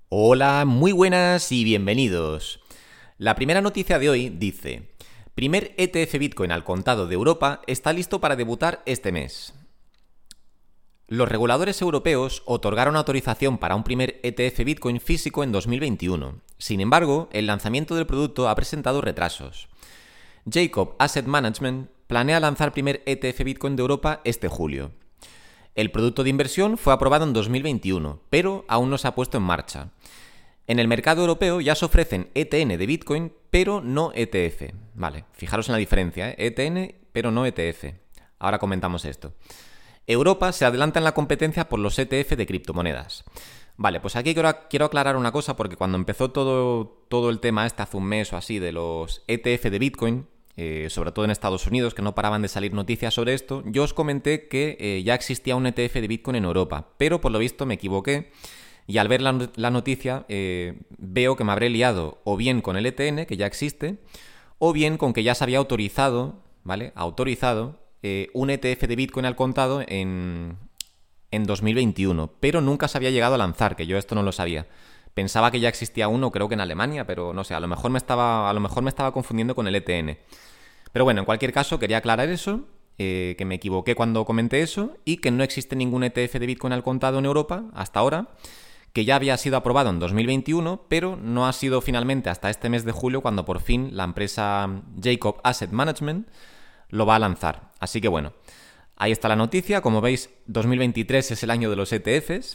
Hola, muy buenas y bienvenidos. La primera noticia de hoy dice: primer ETF Bitcoin al contado de Europa está listo para debutar este mes. Los reguladores europeos otorgaron autorización para un primer ETF Bitcoin físico en 2021. Sin embargo, el lanzamiento del producto ha presentado retrasos. Jacob Asset Management planea lanzar primer ETF Bitcoin de Europa este julio. El producto de inversión fue aprobado en 2021, pero aún no se ha puesto en marcha. En el mercado europeo ya se ofrecen ETN de Bitcoin, pero no ETF. Vale, fijaros en la diferencia, ETN, pero no ETF. Ahora comentamos esto. Europa se adelanta en la competencia por los ETF de criptomonedas. Vale, pues aquí quiero aclarar una cosa, porque cuando empezó todo el tema hace un mes o así de los ETF de Bitcoin, sobre todo en Estados Unidos, que no paraban de salir noticias sobre esto, yo os comenté que ya existía un ETF de Bitcoin en Europa, pero por lo visto me equivoqué y al ver la noticia veo que me habré liado o bien con el ETN, que ya existe, o bien con que ya se había autorizado, ¿vale? Un ETF de Bitcoin al contado en 2021, pero nunca se había llegado a lanzar, que yo esto no lo sabía. Pensaba que ya existía uno, creo que en Alemania, pero no sé, a lo mejor me estaba confundiendo con el ETN. Pero bueno, en cualquier caso, quería aclarar eso, que me equivoqué cuando comenté eso, y que no existe ningún ETF de Bitcoin al contado en Europa hasta ahora, que ya había sido aprobado en 2021, pero no ha sido finalmente hasta este mes de julio cuando por fin la empresa Jacob Asset Management lo va a lanzar. Así que bueno, ahí está la noticia. Como veis, 2023 es el año de los ETFs.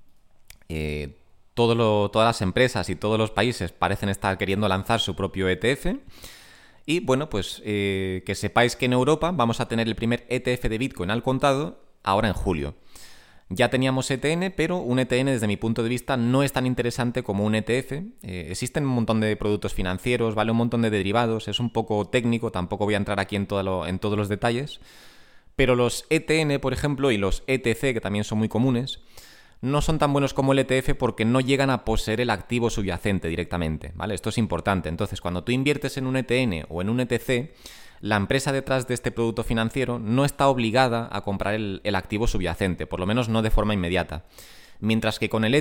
Todas las empresas y todos los países parecen estar queriendo lanzar su propio ETF. Y bueno, pues que sepáis que en Europa vamos a tener el primer ETF de Bitcoin al contado ahora en julio. Ya teníamos ETN, pero un ETN desde mi punto de vista no es tan interesante como un ETF. Existen un montón de productos financieros, ¿vale? Un montón de derivados, es un poco técnico, tampoco voy a entrar aquí en todos los detalles. Pero los ETN, por ejemplo, y los ETC, que también son muy comunes, no son tan buenos como el ETF porque no llegan a poseer el activo subyacente directamente, ¿vale? Esto es importante. Entonces, cuando tú inviertes en un ETN o en un ETC, la empresa detrás de este producto financiero no está obligada a comprar el activo subyacente, por lo menos no de forma inmediata. Mientras que con el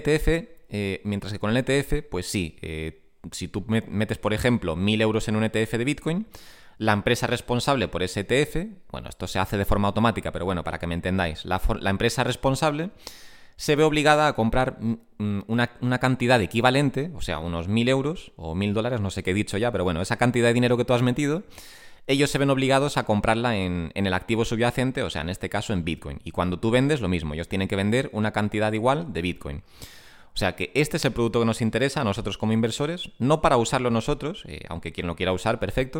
ETF, pues sí, si tú metes, por ejemplo, 1.000 euros en un ETF de Bitcoin, la empresa responsable por ese ETF, bueno, esto se hace de forma automática, pero bueno, para que me entendáis, la empresa responsable se ve obligada a comprar una cantidad equivalente, o sea, unos 1.000 euros o $1.000, no sé qué he dicho ya, pero bueno, esa cantidad de dinero que tú has metido, ellos se ven obligados a comprarla en el activo subyacente, o sea, en este caso en Bitcoin. Y cuando tú vendes, lo mismo, ellos tienen que vender una cantidad igual de Bitcoin. O sea que este es el producto que nos interesa a nosotros como inversores, no para usarlo nosotros, aunque quien lo quiera usar, perfecto,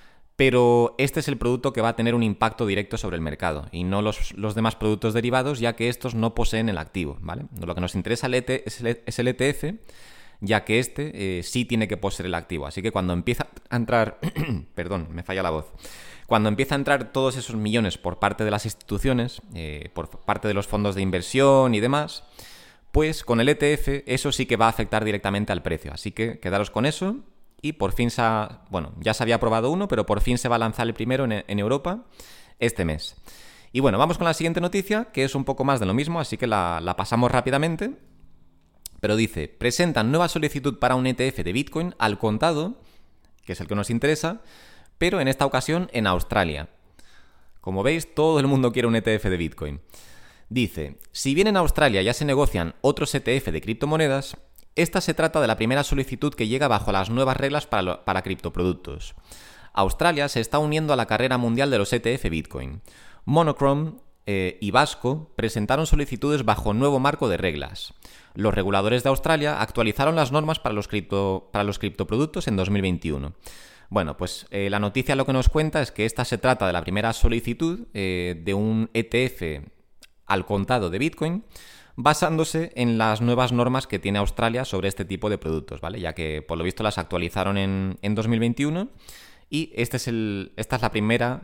pero este es el producto que va a tener un impacto directo sobre el mercado y no los demás productos derivados, ya que estos no poseen el activo, ¿vale? Lo que nos interesa es el ETF, ya que este sí tiene que poseer el activo. Así que cuando empieza a entrar... perdón, me falla la voz. Cuando empieza a entrar todos esos millones por parte de las instituciones, por parte de los fondos de inversión y demás, pues con el ETF eso sí que va a afectar directamente al precio. Así que quedaros con eso. Y por fin ya se había aprobado uno, pero por fin se va a lanzar el primero en Europa este mes. Y bueno, vamos con la siguiente noticia, que es un poco más de lo mismo, así que la pasamos rápidamente. Pero dice: presentan nueva solicitud para un ETF de Bitcoin al contado, que es el que nos interesa, pero en esta ocasión en Australia. Como veis, todo el mundo quiere un ETF de Bitcoin. Dice: si bien en Australia ya se negocian otros ETF de criptomonedas, esta se trata de la primera solicitud que llega bajo las nuevas reglas para criptoproductos. Australia se está uniendo a la carrera mundial de los ETF Bitcoin. Monochrome y Vasco presentaron solicitudes bajo nuevo marco de reglas. Los reguladores de Australia actualizaron las normas para los criptoproductos en 2021. Bueno, pues la noticia lo que nos cuenta es que esta se trata de la primera solicitud de un ETF al contado de Bitcoin, basándose en las nuevas normas que tiene Australia sobre este tipo de productos, ¿vale? Ya que por lo visto las actualizaron en 2021 y esta es la primera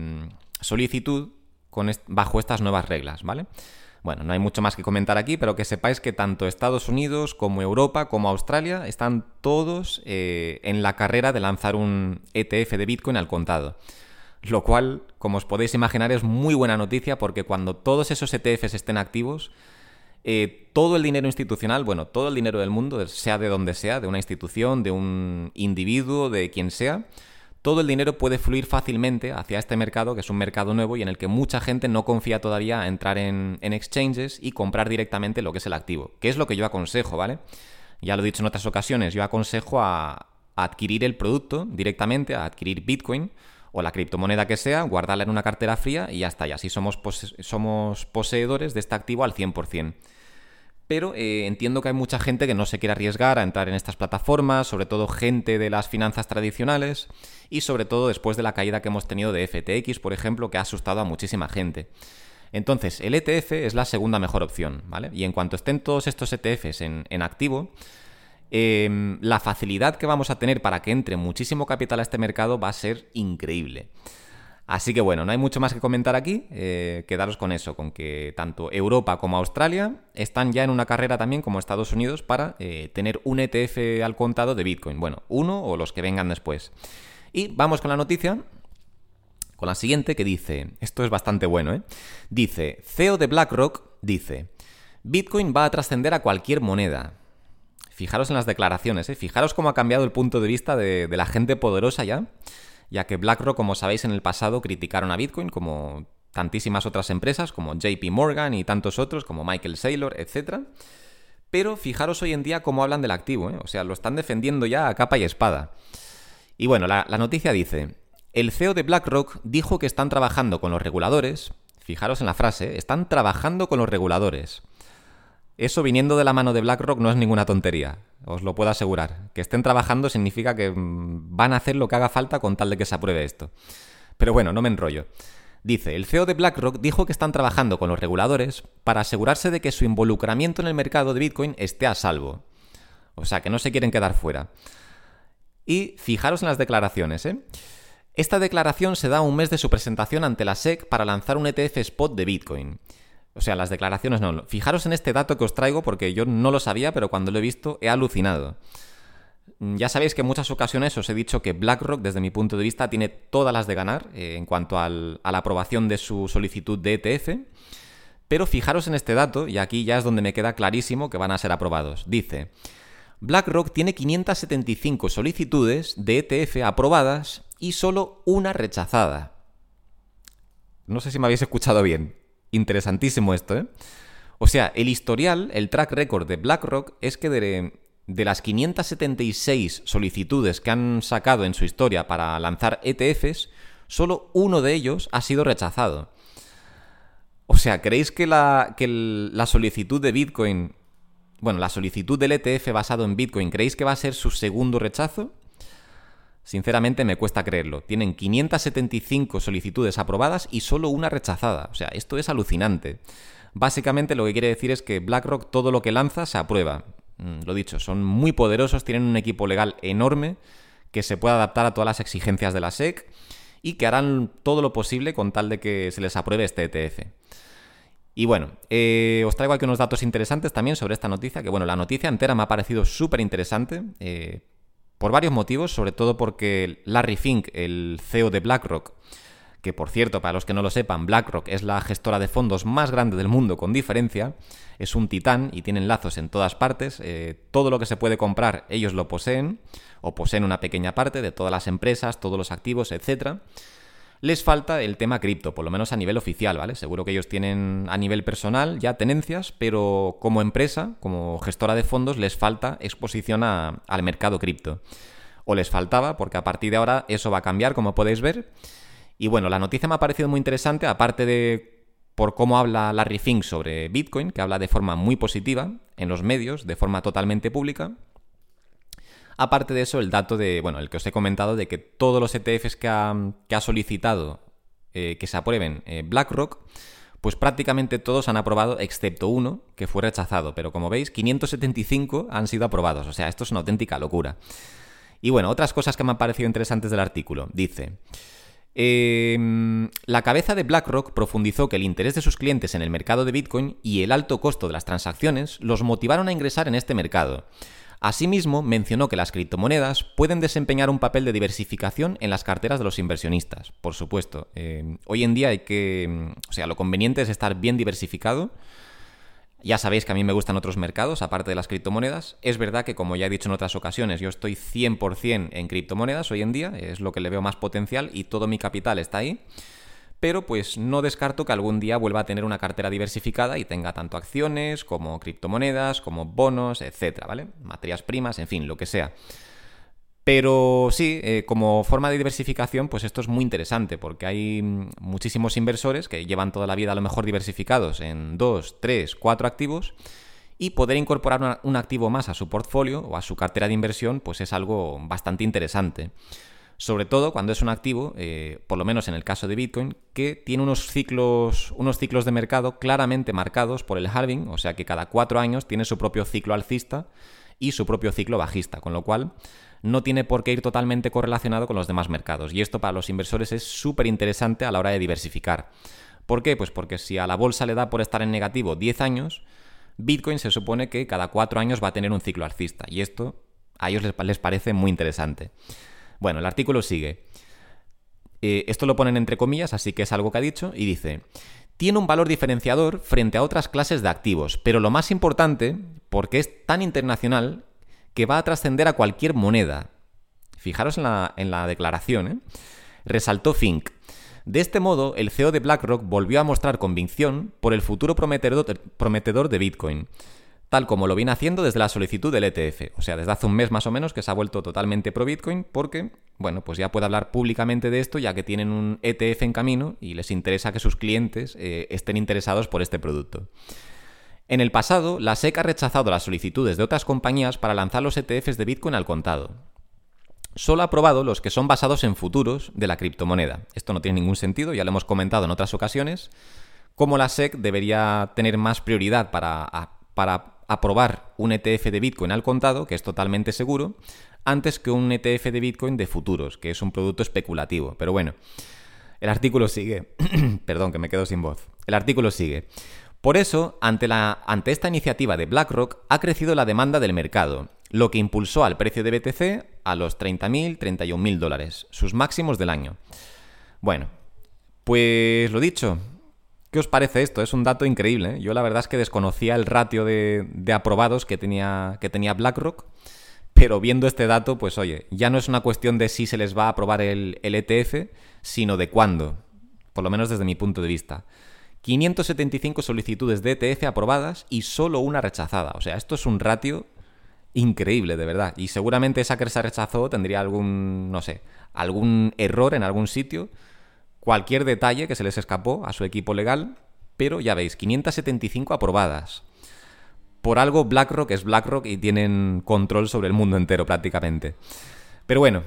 solicitud bajo estas nuevas reglas, ¿vale? Bueno, no hay mucho más que comentar aquí, pero que sepáis que tanto Estados Unidos como Europa como Australia están todos en la carrera de lanzar un ETF de Bitcoin al contado. Lo cual, como os podéis imaginar, es muy buena noticia porque cuando todos esos ETFs estén activos, todo el dinero institucional, bueno, todo el dinero del mundo, sea de donde sea, de una institución, de un individuo, de quien sea, todo el dinero puede fluir fácilmente hacia este mercado, que es un mercado nuevo y en el que mucha gente no confía todavía a entrar en exchanges y comprar directamente lo que es el activo, que es lo que yo aconsejo, ¿vale? Ya lo he dicho en otras ocasiones, yo aconsejo a adquirir el producto directamente, a adquirir Bitcoin o la criptomoneda que sea, guardarla en una cartera fría y ya está, y así somos poseedores de este activo al 100%. Pero entiendo que hay mucha gente que no se quiere arriesgar a entrar en estas plataformas, sobre todo gente de las finanzas tradicionales y sobre todo después de la caída que hemos tenido de FTX, por ejemplo, que ha asustado a muchísima gente. Entonces, el ETF es la segunda mejor opción, ¿vale? Y en cuanto estén todos estos ETFs en activo, la facilidad que vamos a tener para que entre muchísimo capital a este mercado va a ser increíble. Así que bueno, no hay mucho más que comentar aquí, quedaros con eso, con que tanto Europa como Australia están ya en una carrera también como Estados Unidos para tener un ETF al contado de Bitcoin. Bueno, uno o los que vengan después. Y vamos con la noticia, con la siguiente que dice, esto es bastante bueno, dice, CEO de BlackRock dice, Bitcoin va a trascender a cualquier moneda. Fijaros en las declaraciones, fijaros cómo ha cambiado el punto de vista de la gente poderosa ya que BlackRock, como sabéis, en el pasado criticaron a Bitcoin como tantísimas otras empresas, como JP Morgan y tantos otros, como Michael Saylor, etc. Pero fijaros hoy en día cómo hablan del activo, o sea, lo están defendiendo ya a capa y espada. Y bueno, la noticia dice, el CEO de BlackRock dijo que están trabajando con los reguladores, fijaros en la frase, están trabajando con los reguladores. Eso viniendo de la mano de BlackRock no es ninguna tontería, os lo puedo asegurar. Que estén trabajando significa que van a hacer lo que haga falta con tal de que se apruebe esto. Pero bueno, no me enrollo. Dice, el CEO de BlackRock dijo que están trabajando con los reguladores para asegurarse de que su involucramiento en el mercado de Bitcoin esté a salvo. O sea, que no se quieren quedar fuera. Y fijaros en las declaraciones, Esta declaración se da un mes de su presentación ante la SEC para lanzar un ETF spot de Bitcoin. O sea, las declaraciones no. Fijaros en este dato que os traigo porque yo no lo sabía, pero cuando lo he visto he alucinado. Ya sabéis que en muchas ocasiones os he dicho que BlackRock, desde mi punto de vista, tiene todas las de ganar en cuanto a la aprobación de su solicitud de ETF. Pero fijaros en este dato, y aquí ya es donde me queda clarísimo que van a ser aprobados. Dice, BlackRock tiene 575 solicitudes de ETF aprobadas y solo una rechazada. No sé si me habéis escuchado bien. Interesantísimo esto, O sea, el historial, el track record de BlackRock es que de las 576 solicitudes que han sacado en su historia para lanzar ETFs, solo uno de ellos ha sido rechazado. O sea, ¿creéis que la solicitud de Bitcoin, bueno, la solicitud del ETF basado en Bitcoin, ¿creéis que va a ser su segundo rechazo? Sinceramente me cuesta creerlo. Tienen 575 solicitudes aprobadas y solo una rechazada. O sea, esto es alucinante. Básicamente lo que quiere decir es que BlackRock todo lo que lanza se aprueba. Lo dicho, son muy poderosos, tienen un equipo legal enorme que se puede adaptar a todas las exigencias de la SEC y que harán todo lo posible con tal de que se les apruebe este ETF. Y bueno, os traigo aquí unos datos interesantes también sobre esta noticia, que bueno, la noticia entera me ha parecido súper interesante, por varios motivos, sobre todo porque Larry Fink, el CEO de BlackRock, que por cierto, para los que no lo sepan, BlackRock es la gestora de fondos más grande del mundo con diferencia, es un titán y tienen lazos en todas partes, todo lo que se puede comprar ellos lo poseen, o poseen una pequeña parte de todas las empresas, todos los activos, etc. Les falta el tema cripto, por lo menos a nivel oficial, ¿vale? Seguro que ellos tienen a nivel personal ya tenencias, pero como empresa, como gestora de fondos, les falta exposición al mercado cripto. O les faltaba, porque a partir de ahora eso va a cambiar, como podéis ver. Y bueno, la noticia me ha parecido muy interesante, aparte de por cómo habla Larry Fink sobre Bitcoin, que habla de forma muy positiva en los medios, de forma totalmente pública. Aparte de eso, el dato de, bueno, el que os he comentado, de que todos los ETFs que ha solicitado que se aprueben BlackRock, pues prácticamente todos han aprobado, excepto uno, que fue rechazado. Pero como veis, 575 han sido aprobados. O sea, esto es una auténtica locura. Y bueno, otras cosas que me han parecido interesantes del artículo. Dice, la cabeza de BlackRock profundizó que el interés de sus clientes en el mercado de Bitcoin y el alto costo de las transacciones los motivaron a ingresar en este mercado. Asimismo, mencionó que las criptomonedas pueden desempeñar un papel de diversificación en las carteras de los inversionistas. Por supuesto, hoy en día lo conveniente es estar bien diversificado. Ya sabéis que a mí me gustan otros mercados, aparte de las criptomonedas. Es verdad que, como ya he dicho en otras ocasiones, yo estoy 100% en criptomonedas hoy en día, es lo que le veo más potencial y todo mi capital está ahí. Pero pues no descarto que algún día vuelva a tener una cartera diversificada y tenga tanto acciones como criptomonedas, como bonos, etcétera, ¿vale? Materias primas, en fin, lo que sea. Pero sí, como forma de diversificación, pues esto es muy interesante porque hay muchísimos inversores que llevan toda la vida a lo mejor diversificados en 2, 3, 4 activos y poder incorporar un activo más a su portfolio o a su cartera de inversión, pues es algo bastante interesante. Sobre todo cuando es un activo, por lo menos en el caso de Bitcoin, que tiene unos ciclos de mercado claramente marcados por el halving, o sea que cada 4 años tiene su propio ciclo alcista y su propio ciclo bajista, con lo cual no tiene por qué ir totalmente correlacionado con los demás mercados. Y esto para los inversores es súper interesante a la hora de diversificar. ¿Por qué? Pues porque si a la bolsa le da por estar en negativo 10 años, Bitcoin se supone que cada 4 años va a tener un ciclo alcista. Y esto a ellos les parece muy interesante. Bueno, el artículo sigue. Esto lo ponen entre comillas, así que es algo que ha dicho, y dice: tiene un valor diferenciador frente a otras clases de activos, pero lo más importante, porque es tan internacional, que va a trascender a cualquier moneda. Fijaros en la declaración, ¿eh? Resaltó Fink. De este modo, el CEO de BlackRock volvió a mostrar convicción por el futuro prometedor de Bitcoin, tal como lo viene haciendo desde la solicitud del ETF. O sea, desde hace un mes más o menos que se ha vuelto totalmente pro Bitcoin porque, bueno, pues ya puede hablar públicamente de esto ya que tienen un ETF en camino y les interesa que sus clientes estén interesados por este producto. En el pasado, la SEC ha rechazado las solicitudes de otras compañías para lanzar los ETFs de Bitcoin al contado. Solo ha aprobado los que son basados en futuros de la criptomoneda. Esto no tiene ningún sentido, ya lo hemos comentado en otras ocasiones, cómo la SEC debería tener más prioridad para aprobar un ETF de Bitcoin al contado, que es totalmente seguro, antes que un ETF de Bitcoin de futuros, que es un producto especulativo. Pero bueno, el artículo sigue. Perdón, que me quedo sin voz. El artículo sigue. Por eso, ante esta iniciativa de BlackRock, ha crecido la demanda del mercado, lo que impulsó al precio de BTC a los 30.000, 31.000 dólares, sus máximos del año. Bueno, pues lo dicho, ¿qué os parece esto? Es un dato increíble, ¿eh? Yo la verdad es que desconocía el ratio de aprobados que tenía BlackRock, pero viendo este dato, pues oye, ya no es una cuestión de si se les va a aprobar el ETF, sino de cuándo, por lo menos desde mi punto de vista. 575 solicitudes de ETF aprobadas y solo una rechazada. O sea, esto es un ratio increíble, de verdad. Y seguramente esa que se rechazó tendría algún, no sé, algún error en algún sitio, cualquier detalle que se les escapó a su equipo legal, pero ya veis, 575 aprobadas. Por algo BlackRock es BlackRock y tienen control sobre el mundo entero prácticamente. Pero bueno,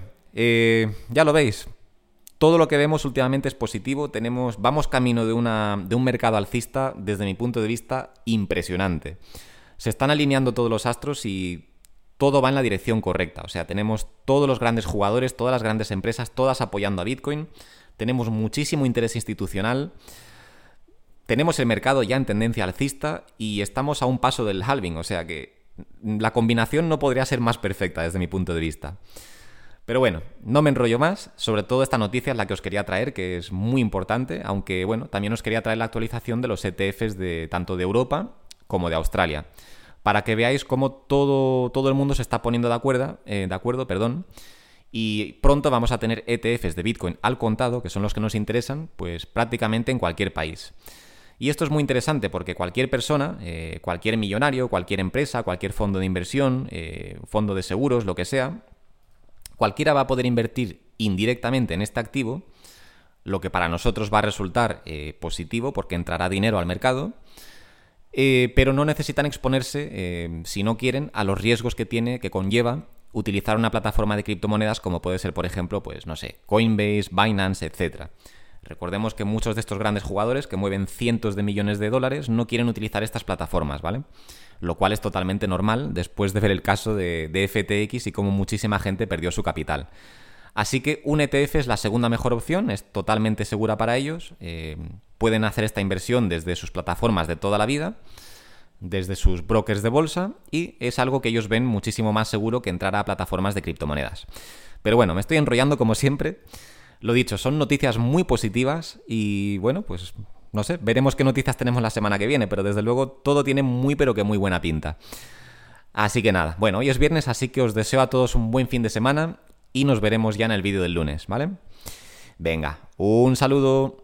ya lo veis. Todo lo que vemos últimamente es positivo. Vamos camino de un mercado alcista, desde mi punto de vista, impresionante. Se están alineando todos los astros y todo va en la dirección correcta. O sea, tenemos todos los grandes jugadores, todas las grandes empresas, todas apoyando a Bitcoin. Tenemos muchísimo interés institucional. Tenemos el mercado ya en tendencia alcista y estamos a un paso del halving. O sea que la combinación no podría ser más perfecta desde mi punto de vista. Pero bueno, no me enrollo más, sobre todo esta noticia es la que os quería traer, que es muy importante, aunque bueno, también os quería traer la actualización de los ETFs tanto de Europa como de Australia, para que veáis cómo todo el mundo se está poniendo de acuerdo, y pronto vamos a tener ETFs de Bitcoin al contado, que son los que nos interesan, pues prácticamente en cualquier país. Y esto es muy interesante porque cualquier persona, cualquier millonario, cualquier empresa, cualquier fondo de inversión, fondo de seguros, lo que sea, cualquiera va a poder invertir indirectamente en este activo, lo que para nosotros va a resultar positivo porque entrará dinero al mercado, pero no necesitan exponerse, si no quieren, a los riesgos que conlleva utilizar una plataforma de criptomonedas como puede ser, por ejemplo, pues no sé, Coinbase, Binance, etc. Recordemos que muchos de estos grandes jugadores que mueven cientos de millones de dólares no quieren utilizar estas plataformas, ¿vale? Lo cual es totalmente normal después de ver el caso de FTX y cómo muchísima gente perdió su capital. Así que un ETF es la segunda mejor opción, es totalmente segura para ellos. Pueden hacer esta inversión desde sus plataformas de toda la vida, desde sus brokers de bolsa, y es algo que ellos ven muchísimo más seguro que entrar a plataformas de criptomonedas. Pero bueno, me estoy enrollando como siempre. Lo dicho, son noticias muy positivas y bueno, pues no sé, veremos qué noticias tenemos la semana que viene, pero desde luego todo tiene muy pero que muy buena pinta. Así que nada, bueno, hoy es viernes, así que os deseo a todos un buen fin de semana y nos veremos ya en el vídeo del lunes, ¿vale? Venga, un saludo.